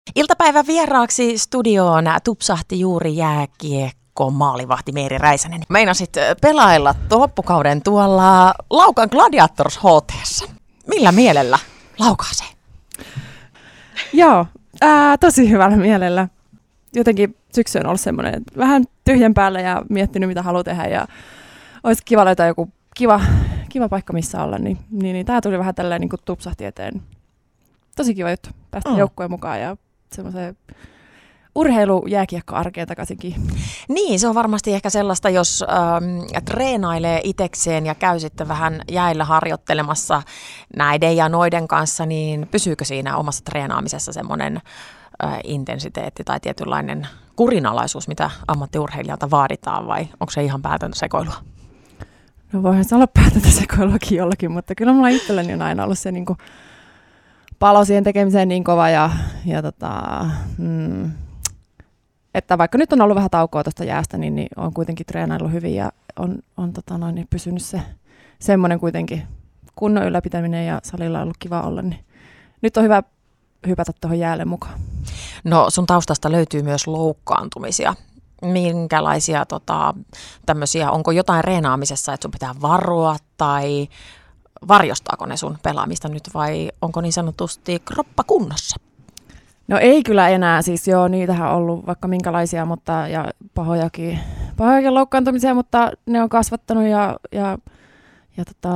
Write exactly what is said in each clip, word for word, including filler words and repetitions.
Iltapäivän vieraaksi studioon tupsahti juuri jääkiekko maalivahti Meeri Räisänen. Meinasit pelailla loppukauden tuolla Laukan Gladiators H T:ssä. Millä mielellä laukaasee? Joo, ää, tosi hyvällä mielellä. Jotenkin syksy on ollut semmoinen vähän tyhjän päällä ja miettinyt mitä haluaa tehdä ja olisi kiva löytää joku kiva, kiva paikka missä olla. Niin, niin, niin tämä tuli vähän tälleen niin kuin tupsahti eteen. Tosi kiva juttu päästä mm. joukkueen mukaan ja semmoiseen urheilu-jääkiekko-arkeen takaisinkin. Niin, se on varmasti ehkä sellaista, jos ähm, treenailee itekseen ja käy sitten vähän jäillä harjoittelemassa näiden ja noiden kanssa, niin pysyykö siinä omassa treenaamisessa semmoinen äh, intensiteetti tai tietynlainen kurinalaisuus, mitä ammattiurheilijalta vaaditaan, vai onko se ihan päätöntä sekoilua? No voihan se olla päätöntä sekoiluakin jollakin, mutta kyllä mulla itselleni on aina ollut se niin kuin palo siihen tekemiseen niin kova ja, ja tota, mm, että vaikka nyt on ollut vähän taukoa tuosta jäästä, niin, niin on kuitenkin treenaillut hyvin ja on, on tota noin, niin pysynyt se semmoinen kuitenkin kunnon ylläpitäminen ja salilla on ollut kiva olla, niin nyt on hyvä hypätä tuohon jäälle mukaan. No sun taustasta löytyy myös loukkaantumisia. Minkälaisia tota, tämmöisiä, onko jotain reenaamisessa, että sun pitää varoa tai varjostaako ne sun pelaamista nyt vai onko niin sanotusti kroppa kunnossa? No ei kyllä enää, siis joo, niitähän on ollut vaikka minkälaisia, mutta ja pahojakin, pahojakin loukkaantumisia, mutta ne on kasvattanut ja, ja, ja tota,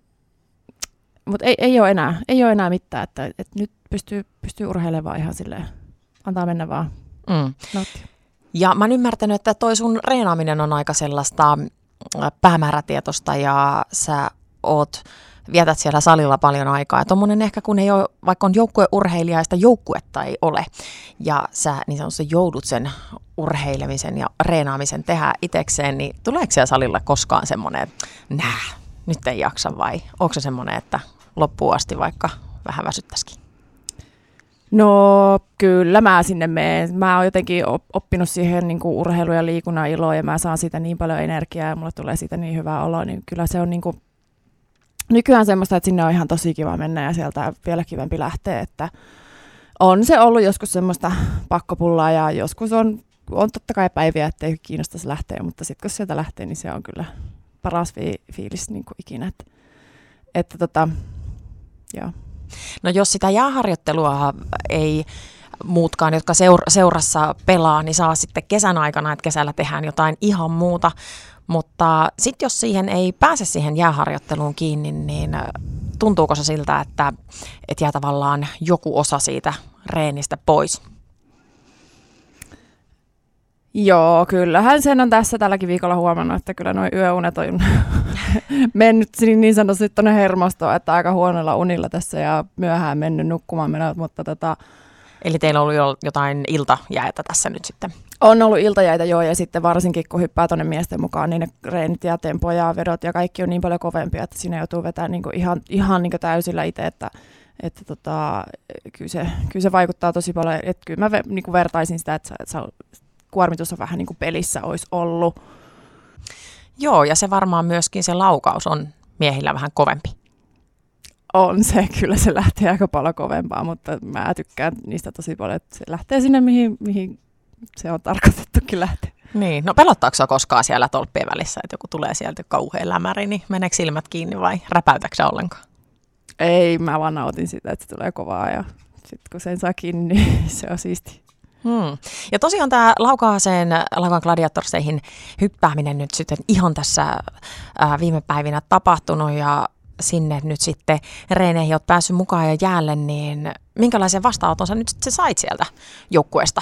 mutta ei, ei ole enää, ei ole enää mitään, että, että nyt pystyy, pystyy urheilemaan ihan silleen, antaa mennä vaan, mm. nauttia. Ja mä oon ymmärtänyt, että toi sun reenaaminen on aika sellaista päämäärätietoista ja sä oot, vietät siellä salilla paljon aikaa. Ja tommonen ehkä kun ei ole, vaikka on joukkueurheilija ja sitä joukkuetta ei ole ja sä niin sanotusti joudut sen urheilemisen ja reenaamisen tehdä itekseen, niin tuleeko siellä salilla koskaan semmoinen, että nää, nyt ei jaksa vai onko se semmoinen, että loppuun asti vaikka vähän väsyttäisikin? No kyllä mä sinne menen. Mä oon jotenkin oppinut siihen niin kuin urheilu- ja liikunnan iloa ja mä saan siitä niin paljon energiaa ja mulle tulee siitä niin hyvää oloa, niin kyllä se on niin kuin nykyään semmoista, että sinne on ihan tosi kiva mennä ja sieltä vielä kivempi lähteä, että on se ollut joskus semmoista pakkopullaa ja joskus on, on totta kai päiviä, ettei kiinnostaisi lähteä, mutta sitten kun sieltä lähtee, niin se on kyllä paras fi- fiilis niin kuin ikinä, että, että tota, joo. No jos sitä jääharjoittelua ei muutkaan, jotka seur- seurassa pelaa, niin saa sitten kesän aikana, että kesällä tehdään jotain ihan muuta. Mutta sitten jos siihen ei pääse siihen jääharjoitteluun kiinni, niin tuntuuko se siltä, että, että jää tavallaan joku osa siitä reenistä pois? Joo, kyllähän sen on tässä tälläkin viikolla huomannut, että kyllä nuo yöunet on mennyt niin sanotusti tuonne hermostoon, että aika huonolla unilla tässä ja myöhään mennyt nukkumaan menot, mutta tota, eli teillä on ollut jotain iltajäitä tässä nyt sitten? On ollut iltajäitä joo, ja sitten varsinkin kun hyppää tuonne miesten mukaan, niin ne reenit ja tempo ja vedot ja kaikki on niin paljon kovempia, että siinä joutuu vetämään niin kuin ihan, ihan niin kuin täysillä itse, että, että tota, kyllä, se, kyllä se vaikuttaa tosi paljon. Että kyllä mä niin kuin vertaisin sitä, että, että kuormitus on vähän niin kuin pelissä olisi ollut. Joo, ja se varmaan myöskin se laukaus on miehillä vähän kovempi. On se, kyllä se lähtee aika paljon kovempaa, mutta mä tykkään niistä tosi paljon, että se lähtee sinne, mihin, mihin se on tarkoitettukin lähteä. Niin, no pelottaako sinua koskaan siellä tolppien välissä, että joku tulee sieltä kauhean lämäri, niin meneekö silmät kiinni vai räpäytätkö sä ollenkaan? Ei, mä vaan nautin sitä, että se tulee kovaa ja sitten kun sen saa kiinni, niin se on siisti. Hmm. Ja tosiaan tämä Laukaaseen, Laukan Gladiatorseihin hyppääminen nyt sitten ihan tässä ää, viime päivinä tapahtunut ja sinne nyt sitten reeneihin olet päässyt mukaan ja jäälle, niin minkälaisen vastaanoton sä nyt sitten sait sieltä joukkueesta?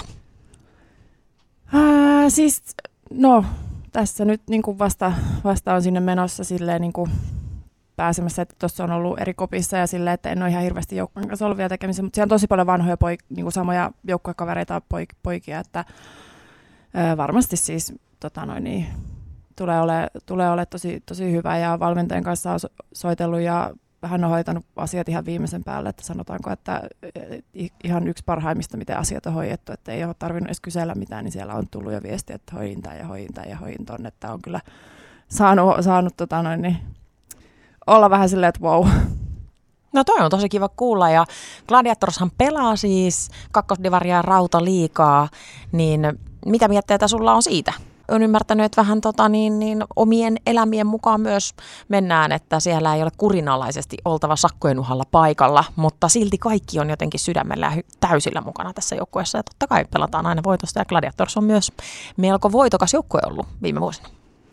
Ää, siis, no, tässä nyt niin kuin vasta, vasta on sinne menossa silleen niin kuin pääsemässä, että tuossa on ollut eri kopissa ja silleen, että en ole ihan hirveästi joukkueen kanssa ollut vielä tekemisissä, mutta siellä on tosi paljon vanhoja poik- niin kuin samoja joukkuekavereita poik- poikia, että ää, varmasti siis tota noin, niin, tulee olemaan tulee ole tosi, tosi hyvä ja valmentajan kanssa on so- soitellut ja hän on hoitanut asiat ihan viimeisen päälle, että sanotaanko, että ihan yksi parhaimmista, miten asiat on hoidettu, että ei ole tarvinnut edes kysellä mitään, niin siellä on tullut jo viesti, että hoidin tämän ja hoidin tämän ja hoidin ton, että on kyllä saanut, saanut tota noin, niin olla vähän silleen, että wow. No toi on tosi kiva kuulla ja Gladiatorshan pelaa siis kakkosdivaria Rautaliigaa, niin mitä mietteitä sulla on siitä? Olen ymmärtänyt, että vähän tota, niin, niin, omien elämien mukaan myös mennään, että siellä ei ole kurinalaisesti oltava sakkojen uhalla paikalla, mutta silti kaikki on jotenkin sydämellä ja täysillä mukana tässä joukkueessa ja totta kai pelataan aina voitosta ja Gladiators on myös melko voitokas joukkue ollut viime vuosina.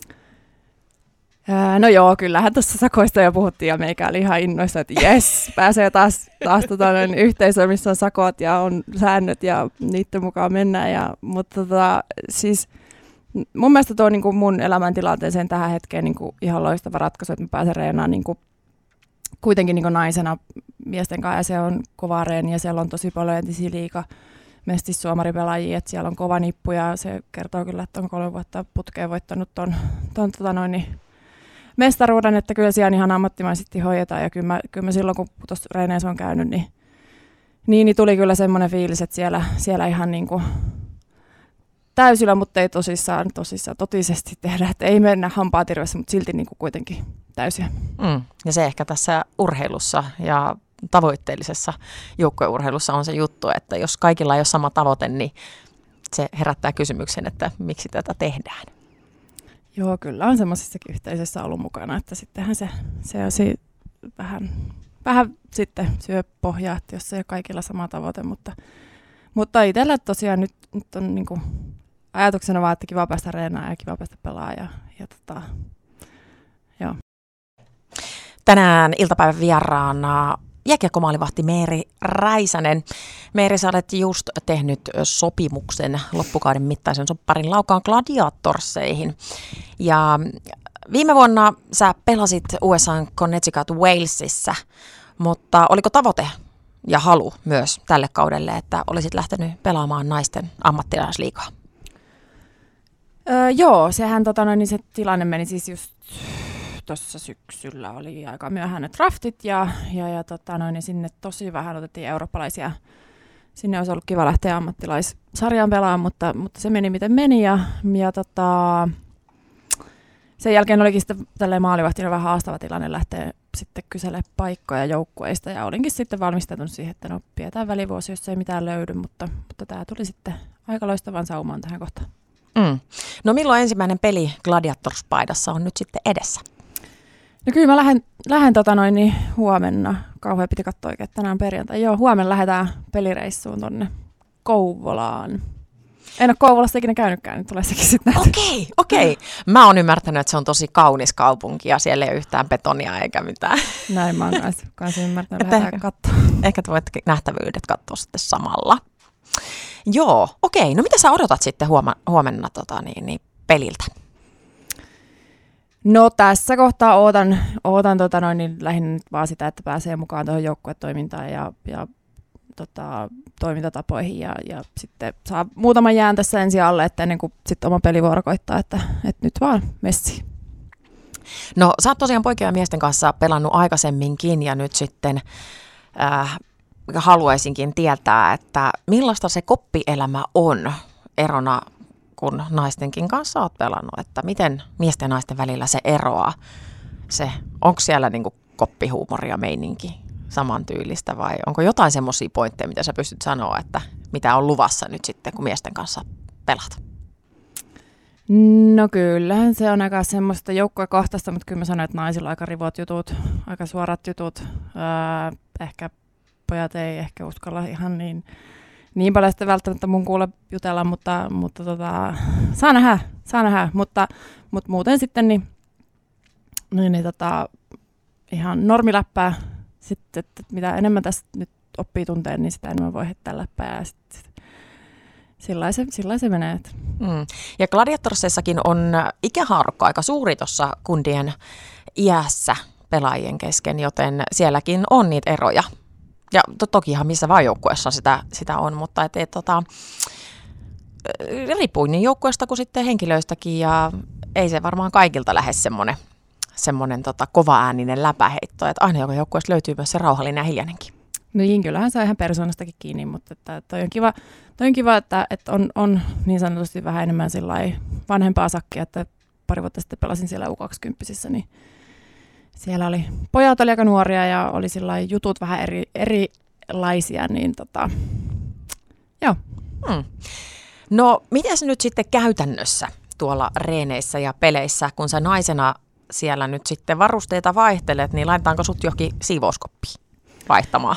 No joo, kyllähän tuossa sakoista jo puhuttiin ja meikä oli ihan innoissa, että jes, pääsee taas, taas tota, yhteisöön, missä on sakot ja on säännöt ja niiden mukaan mennään. Ja, mutta tota, siis mun mielestä tuo niin kuin mun elämäntilanteeseen tähän hetkeen niin kuin ihan loistava ratkaisu, että mä pääsen reenaan niin kuin, kuitenkin niin kuin naisena miesten kanssa ja se on kova reeni ja siellä on tosi paljon entisiä liiga mestis-suomaripelaajia, että siellä on kova nippu ja se kertoo kyllä, että on kolme vuotta putkeen voittanut ton, ton tota noin, niin mestaruuden, että kyllä siellä ihan ammattimaisesti hoidetaan ja kyllä mä, kyllä mä silloin kun tuossa reeneissä on käynyt, niin, niin, niin tuli kyllä semmoinen fiilis, että siellä, siellä ihan niin kuin täysillä, mutta ei tosissaan, tosissaan totisesti tehdä, että ei mennä hampaa tirvessä, mutta silti niin kuin kuitenkin täysiä. Mm. Ja se ehkä tässä urheilussa ja tavoitteellisessa joukkueurheilussa on se juttu, että jos kaikilla ei ole sama tavoite, niin se herättää kysymyksen, että miksi tätä tehdään. Joo, kyllä on semmoisissakin yhteisöissä ollut mukana, että sittenhän se, se on si- vähän, vähän sitten syö pohjaa, että jos ei ole kaikilla sama tavoite, mutta, mutta itsellä tosiaan nyt, nyt on niin kuin ajatuksena vaan, että kiva päästä reenaan ja kiva päästä pelaamaan ja, ja tota, joo. Tänään iltapäivän vieraana jääkiekkomaalivahti Meeri Räisänen. Meeri, sä olet just tehnyt sopimuksen loppukauden mittaisen sopparin Laukaan Gladiatorseihin. Ja viime vuonna sä pelasit U S A:n Connecticut Walesissa, mutta oliko tavoite ja halu myös tälle kaudelle, että olisit lähtenyt pelaamaan naisten ammattilaisliigaa? Öö, joo, sehän tota, no, niin se tilanne meni siis just tuossa syksyllä oli aika myöhään ne draftit ja, ja, ja tota, no, niin sinne tosi vähän otettiin eurooppalaisia. Sinne olisi ollut kiva lähteä ammattilaissarjaan pelaamaan, mutta, mutta se meni miten meni ja, ja tota, sen jälkeen olikin sitten tälleen maalivahtina vähän haastava tilanne lähteä sitten kyselemään paikkoja joukkueista ja olinkin sitten valmistautunut siihen, että no pidetään välivuosi, jos ei mitään löydy, mutta, mutta tämä tuli sitten aika loistavan saumaan tähän kohtaan. Mm. No milloin ensimmäinen peli Gladiators-paidassa on nyt sitten edessä? No kyllä mä lähden, lähden tota noin, niin huomenna. Kauhean piti katsoa oikein, että tänään perjantai. Joo, huomenna lähdetään pelireissuun tonne Kouvolaan. En ole Kouvolassa ikinä käynytkään, niin tulee sekin sitten nähty. Okei, okei. Mä oon ymmärtänyt, että se on tosi kaunis kaupunki ja siellä ei ole yhtään betonia eikä mitään. Näin mä oon kanssa, kanssa ymmärtänyt, että lähdetään katsoa. Ehkä voit nähtävyydet katsoa sitten samalla. Joo, okei. No mitä sä odotat sitten huomenna, huomenna tota, niin, niin, peliltä? No tässä kohtaa ootan, ootan tota noin, niin lähinnä nyt vaan sitä, että pääsee mukaan tuohon joukkuetoimintaan ja, ja tota, toimintatapoihin ja, ja sitten saa muutaman jään tässä ensin alle, että ennen kuin sitten oma pelivuoro koittaa, että, että nyt vaan messiin. No sä oot tosiaan poikien ja miesten kanssa pelannut aikaisemminkin ja nyt sitten äh, haluaisinkin tietää, että millaista se koppielämä on erona, kun naistenkin kanssa oot pelannut, että miten miesten ja naisten välillä se eroaa, se, onko siellä niinku koppihuumori ja meininki samantyylistä vai onko jotain semmoisia pointteja, mitä sä pystyt sanoa, että mitä on luvassa nyt sitten, kun miesten kanssa pelat? No kyllähän se on aika semmoista joukkuekohtaista, mutta kyllä mä sanoin, että naisilla on aika rivot jutut, aika suorat jutut. Öö, ehkä pojat ei ehkä uskalla ihan niin, niin paljon sitten välttämättä mun kuule jutella, mutta, mutta tota, saa nähdä, saa nähdä. Mutta, mutta muuten sitten niin, niin, niin tota, ihan normiläppää. Sitten, että mitä enemmän tässä nyt oppii tunteen, niin sitä enemmän voi heittää läppää ja sitten sillä se, sillä se menee. Mm. Ja Gladiatorsseissakin on ikähaarukka aika suuri tuossa kundien iässä pelaajien kesken, joten sielläkin on niitä eroja. Ja to- tokihan missä vaan joukkueessa sitä, sitä on, mutta et, et, tota, riippuu niin joukkueesta kuin sitten henkilöistäkin ja ei se varmaan kaikilta lähde semmoinen semmoinen tota, kova-ääninen läpäheitto, että aina joka joukkueesta löytyy myös se rauhallinen ja hiljainenkin. No niin, kyllähän saa ihan persoonastakin kiinni, mutta että toi on kiva, toi on kiva että, että on, on niin sanotusti vähän enemmän vanhempaa sakkia, että pari vuotta sitten pelasin siellä U kaksikymmentä, niin, siellä oli, pojat oli aika nuoria ja oli sillä jutut vähän eri, erilaisia, niin tota, joo. Hmm. No, miten nyt sitten käytännössä tuolla reeneissä ja peleissä, kun sä naisena siellä nyt sitten varusteita vaihtelet, niin laitetaanko sut johonkin siivouskoppiin vaihtamaan?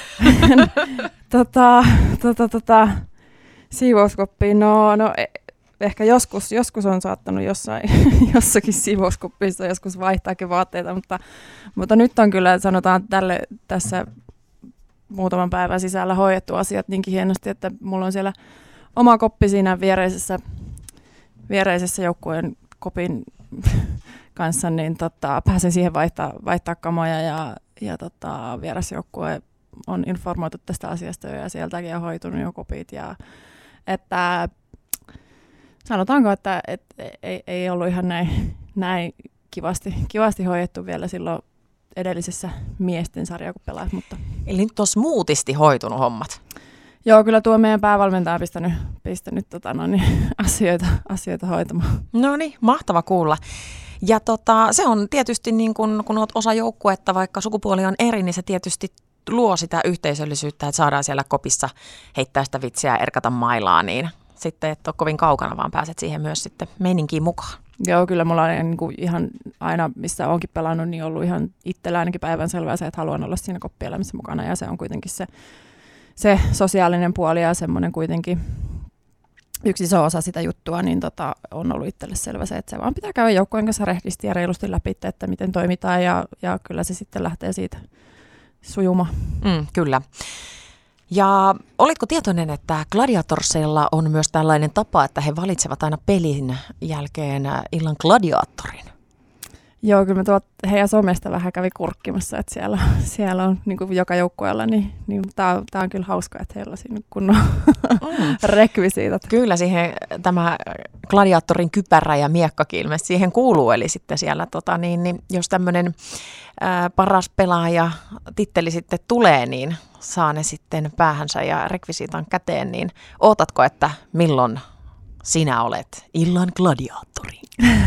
tota, tota, tota, siivouskoppiin, no, no ehkä joskus, joskus on saattanut jossain, jossakin siivouskoppissa joskus vaihtaakin vaatteita, mutta, mutta nyt on kyllä, sanotaan tälle tässä muutaman päivän sisällä hoidettu asiat niinkin hienosti, että mulla on siellä oma koppi siinä viereisessä, viereisessä joukkueen kopin kanssa, niin tota, pääsen siihen vaihtaa, vaihtaa kamoja ja, ja tota, vierasjoukkue on informoitu tästä asiasta ja sieltäkin on hoitunut jo kopit. Ja, että sanotaanko, että et, ei, ei ollut ihan näin, näin kivasti, kivasti hoidettu vielä silloin edellisessä miesten sarjaa, kun pelaat. Mutta. Eli nyt on smoothisti hoitunut hommat. Joo, kyllä tuo meidän päävalmentaja on pistänyt, pistänyt tota, no niin, asioita, asioita hoitamaan. No niin, mahtava kuulla. Ja tota, se on tietysti, niin kun, kun olet osa joukkuetta, vaikka sukupuoli on eri, niin se tietysti luo sitä yhteisöllisyyttä, että saadaan siellä kopissa heittää sitä vitsiä ja erkata mailaa, niin sitten et ole kovin kaukana, vaan pääset siihen myös sitten meininkiin mukaan. Joo, kyllä mulla on niin kuin ihan aina, missä olenkin pelannut, niin ollut ihan itsellä ainakin päivänselvää se, että haluan olla siinä koppielämässä mukana, ja se on kuitenkin se, se sosiaalinen puoli ja semmoinen kuitenkin yksi iso osa sitä juttua, niin tota, on ollut itselle selvä se, että se vaan pitää käydä joukkueen kanssa rehdisti ja reilusti läpi, että miten toimitaan, ja, ja kyllä se sitten lähtee siitä sujumaan. Mm, kyllä. Ja olitko tietoinen, että Gladiatorsilla on myös tällainen tapa, että he valitsevat aina pelin jälkeen illan gladiaattorin? Joo, kyllä mä tuot heidän somesta vähän kävi kurkkimassa, että siellä, siellä on niin kuin joka joukkueella, niin, niin tämä on, on kyllä hauska, että heillä on siinä kunnon mm. rekvisiitat. Kyllä siihen tämä gladiaattorin kypärä ja miekkakin ilmeisesti siihen kuuluu, eli sitten siellä, tota, niin, niin, jos tämmöinen ää, paras pelaaja titteli sitten tulee, niin saa ne sitten päähänsä ja rekvisiitan käteen, niin ootatko, että milloin sinä olet illan gladiaattori?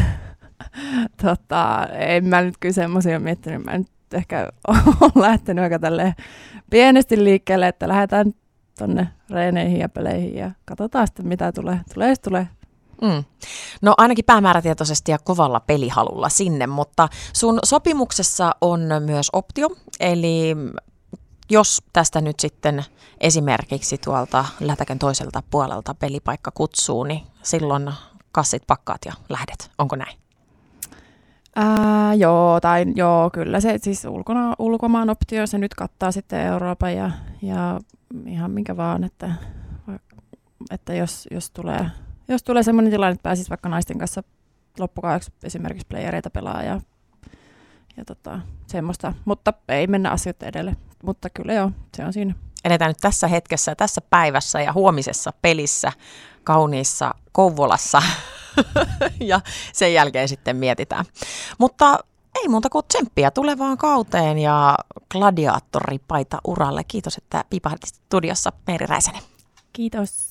Tota, en mä nyt kyllä semmoisia miettinyt. Mä nyt ehkä olen lähtenyt aika tälleen pienesti liikkeelle, että lähdetään tonne reeneihin ja peleihin ja katsotaan sitten mitä tulee. Tulee, tulee. Mm. No ainakin päämäärätietoisesti ja kovalla pelihalulla sinne, mutta sun sopimuksessa on myös optio, eli jos tästä nyt sitten esimerkiksi tuolta lätäkön toiselta puolelta pelipaikka kutsuu, niin silloin kassit pakkaat ja lähdet. Onko näin? Ää, joo, tai joo, kyllä se siis ulkona, ulkomaan optio, se nyt kattaa sitten Euroopan ja, ja ihan minkä vaan, että, että jos, jos tulee, jos tulee semmoinen tilanne, että pääsisi vaikka naisten kanssa loppukaudeksi esimerkiksi playereita pelaa ja, ja tota, semmoista, mutta ei mennä asioita edelle, mutta kyllä joo, se on siinä. Eletään nyt tässä hetkessä, tässä päivässä ja huomisessa pelissä kauniissa Kouvolassa ja sen jälkeen sitten mietitään. Mutta ei muuta kuin tsemppiä tulevaan kauteen ja gladiaattoripaita uralle. Kiitos, että piipahdit studiossa, Meeri Räisänen. Kiitos.